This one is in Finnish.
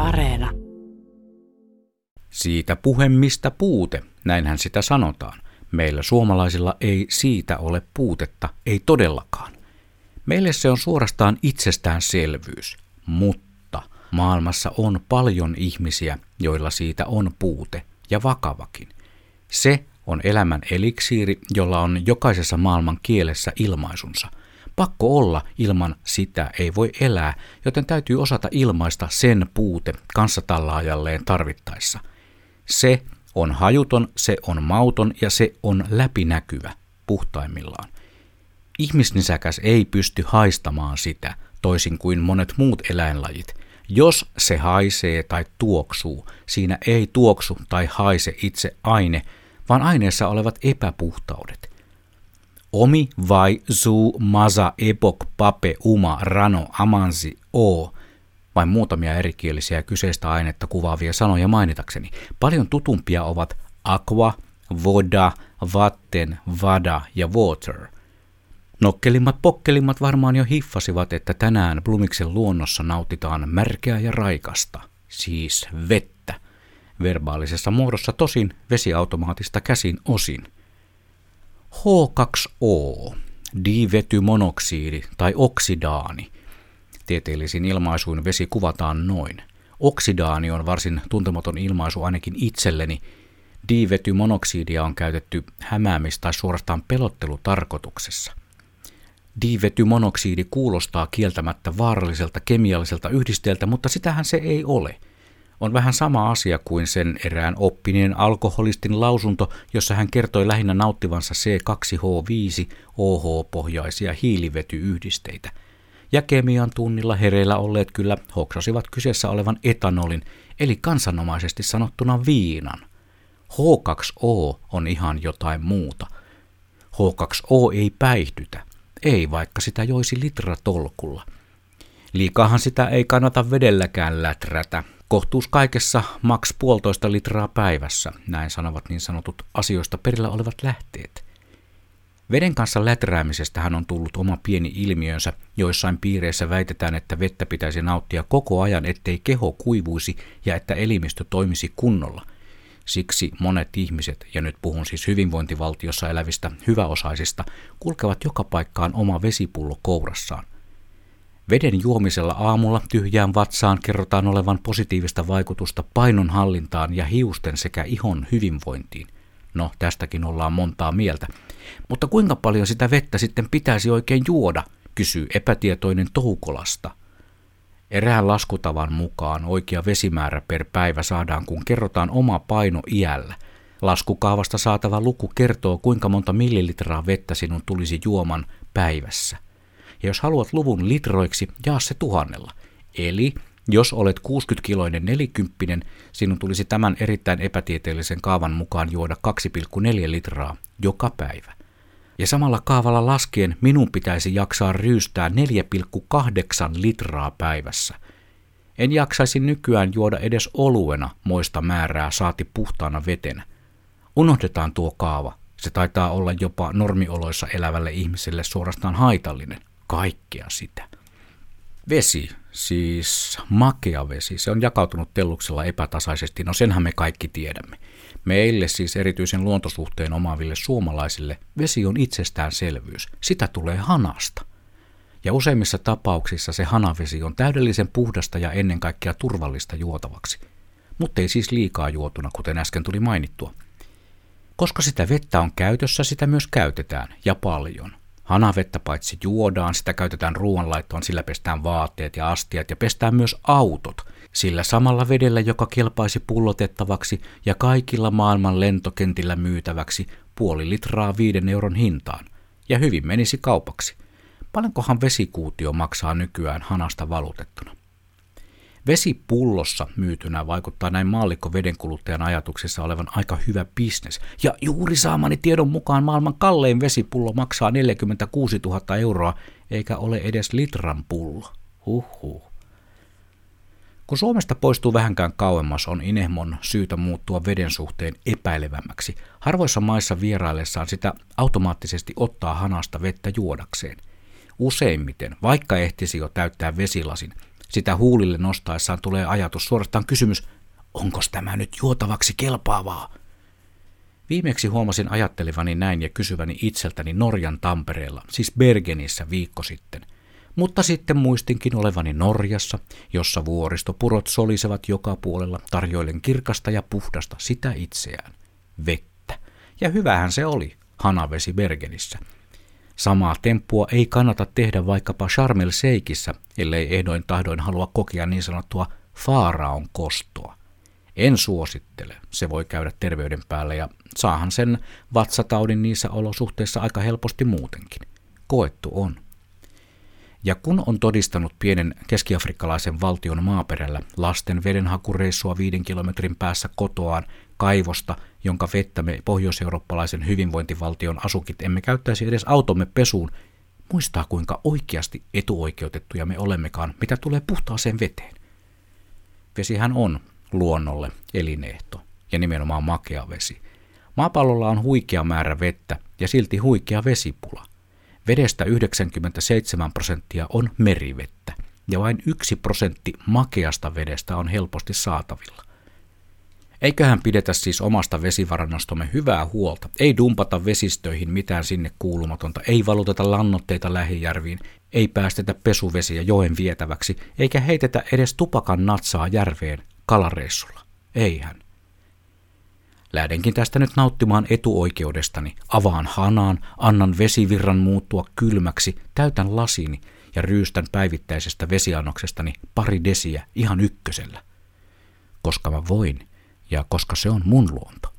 Areena. Siitä puhe mistä puute, näinhän sitä sanotaan. Meillä suomalaisilla ei siitä ole puutetta, ei todellakaan. Meille se on suorastaan itsestäänselvyys, mutta maailmassa on paljon ihmisiä, joilla siitä on puute ja vakavakin. Se on elämän eliksiiri, jolla on jokaisessa maailman kielessä ilmaisunsa. Pakko olla, ilman sitä ei voi elää, joten täytyy osata ilmaista sen puute kanssatallaajalleen tarvittaessa. Se on hajuton, se on mauton ja se on läpinäkyvä puhtaimmillaan. Ihmisnisäkäs ei pysty haistamaan sitä, toisin kuin monet muut eläinlajit. Jos se haisee tai tuoksuu, siinä ei tuoksu tai haise itse aine, vaan aineessa olevat epäpuhtaudet. Omi vai zu masa epok pape uma rano amansi o, vain muutamia erikielisiä kyseistä ainetta kuvaavia sanoja mainitakseni. Paljon tutumpia ovat aqua, voda, vatten, vada ja water. Nokkelimmat pokkelimmat varmaan jo hiffasivat, että tänään Blumiksen luonnossa nautitaan märkää ja raikasta, siis vettä. Verbaalisessa muodossa tosin vesiautomaatista käsin osin. H2O, divetymonoksidi tai oksidaani. Tieteellisin ilmaisuin vesi kuvataan noin. Oksidaani on varsin tuntematon ilmaisu ainakin itselleni. Divetymonoksidia on käytetty hämäämis- tai suorastaan pelottelutarkoituksessa. Divetymonoksidi kuulostaa kieltämättä vaaralliselta kemialliselta yhdisteeltä, mutta sitähän se ei ole. On vähän sama asia kuin sen erään oppineen alkoholistin lausunto, jossa hän kertoi lähinnä nauttivansa C2H5OH-pohjaisia hiilivetyyhdisteitä. Ja kemian tunnilla hereillä olleet kyllä hoksasivat kyseessä olevan etanolin, eli kansanomaisesti sanottuna viinan. H2O on ihan jotain muuta. H2O ei päihdytä, ei vaikka sitä joisi litratolkulla. Liikaahan sitä ei kannata vedelläkään läträtä. Kohtuus kaikessa maks 1,5 litraa päivässä, näin sanovat niin sanotut asioista perillä olevat lähteet. Veden kanssa läträämisestähän on tullut oma pieni ilmiönsä, joissain piireissä väitetään, että vettä pitäisi nauttia koko ajan, ettei keho kuivuisi ja että elimistö toimisi kunnolla. Siksi monet ihmiset, ja nyt puhun siis hyvinvointivaltiossa elävistä hyväosaisista, kulkevat joka paikkaan oma vesipullo kourassaan. Veden juomisella aamulla tyhjään vatsaan kerrotaan olevan positiivista vaikutusta painonhallintaan ja hiusten sekä ihon hyvinvointiin. No, tästäkin ollaan montaa mieltä. Mutta kuinka paljon sitä vettä sitten pitäisi oikein juoda, kysyy epätietoinen Toukolasta. Erään laskutavan mukaan oikea vesimäärä per päivä saadaan, kun kerrotaan oma paino iällä. Laskukaavasta saatava luku kertoo, kuinka monta millilitraa vettä sinun tulisi juoman päivässä. Ja jos haluat luvun litroiksi, jaa se 1000. Eli jos olet 60-kiloinen 40, sinun tulisi tämän erittäin epätieteellisen kaavan mukaan juoda 2,4 litraa joka päivä. Ja samalla kaavalla laskien minun pitäisi jaksaa ryystää 4,8 litraa päivässä. En jaksaisi nykyään juoda edes oluena moista määrää saati puhtaana vetenä. Unohdetaan tuo kaava. Se taitaa olla jopa normioloissa elävälle ihmiselle suorastaan haitallinen. Kaikkea sitä. Vesi, siis makea vesi, se on jakautunut telluksella epätasaisesti, no senhän me kaikki tiedämme. Meille siis erityisen luontosuhteen omaaville suomalaisille vesi on itsestäänselvyys, sitä tulee hanasta. Ja useimmissa tapauksissa se hanavesi on täydellisen puhdasta ja ennen kaikkea turvallista juotavaksi. Mutta ei siis liikaa juotuna, kuten äsken tuli mainittua. Koska sitä vettä on käytössä, sitä myös käytetään, ja paljon. Hanavettä paitsi juodaan, sitä käytetään ruoanlaittoon, sillä pestään vaatteet ja astiat ja pestään myös autot, sillä samalla vedellä, joka kelpaisi pullotettavaksi ja kaikilla maailman lentokentillä myytäväksi 0,5 litraa 5 euron hintaan. Ja hyvin menisi kaupaksi. Paljonkohan vesikuutio maksaa nykyään hanasta valutettuna? Vesi pullossa myytynä vaikuttaa näin maallikko vedenkuluttajan ajatuksissa olevan aika hyvä bisnes. Ja juuri saamani tiedon mukaan maailman kallein vesipullo maksaa 46 000 euroa, eikä ole edes litran pullo. Huhhuh. Kun Suomesta poistuu vähänkään kauemmas, on inehmon syytä muuttua veden suhteen epäilevämmäksi. Harvoissa maissa vieraillessaan sitä automaattisesti ottaa hanasta vettä juodakseen. Useimmiten, vaikka ehtisi jo täyttää vesilasin, Sitä huulille nostaessaan tulee ajatus, suorastaan kysymys, onkos tämä nyt juotavaksi kelpaavaa? Viimeksi huomasin ajattelevani näin ja kysyväni itseltäni Norjan Tampereella, siis Bergenissä viikko sitten. Mutta sitten muistinkin olevani Norjassa, jossa vuoristopurot solisevat joka puolella tarjoillen kirkasta ja puhdasta sitä itseään, vettä. Ja hyvähän se oli, hanavesi Bergenissä. Samaa temppua ei kannata tehdä vaikkapa Sharm el Sheikhissä, ellei ehdoin tahdoin halua kokea niin sanottua faaraon kostoa. En suosittele, se voi käydä terveyden päälle ja saahan sen vatsataudin niissä olosuhteissa aika helposti muutenkin. Koettu on. Ja kun on todistanut pienen keskiafrikkalaisen valtion maaperällä lasten vedenhakureissua 5 kilometrin päässä kotoaan kaivosta, jonka vettä me pohjois-eurooppalaisen hyvinvointivaltion asukit emme käyttäisi edes automme pesuun, muistaa kuinka oikeasti etuoikeutettuja me olemmekaan, mitä tulee puhtaaseen veteen. Vesihän on luonnolle elinehto ja nimenomaan makea vesi. Maapallolla on huikea määrä vettä ja silti huikea vesipula. Vedestä 97% on merivettä ja vain 1% makeasta vedestä on helposti saatavilla. Eiköhän pidetä siis omasta vesivarannostomme hyvää huolta, ei dumpata vesistöihin mitään sinne kuulumatonta, ei valuteta lannoitteita lähijärviin, ei päästetä pesuvesiä joen vietäväksi, eikä heitetä edes tupakan natsaa järveen kalareissulla. Eihän. Lähdenkin tästä nyt nauttimaan etuoikeudestani, avaan hanaan, annan vesivirran muuttua kylmäksi, täytän lasini ja ryystän päivittäisestä vesiannoksestani 2 desiä ihan ykkösellä. Koska mä voin ja koska se on mun luonto.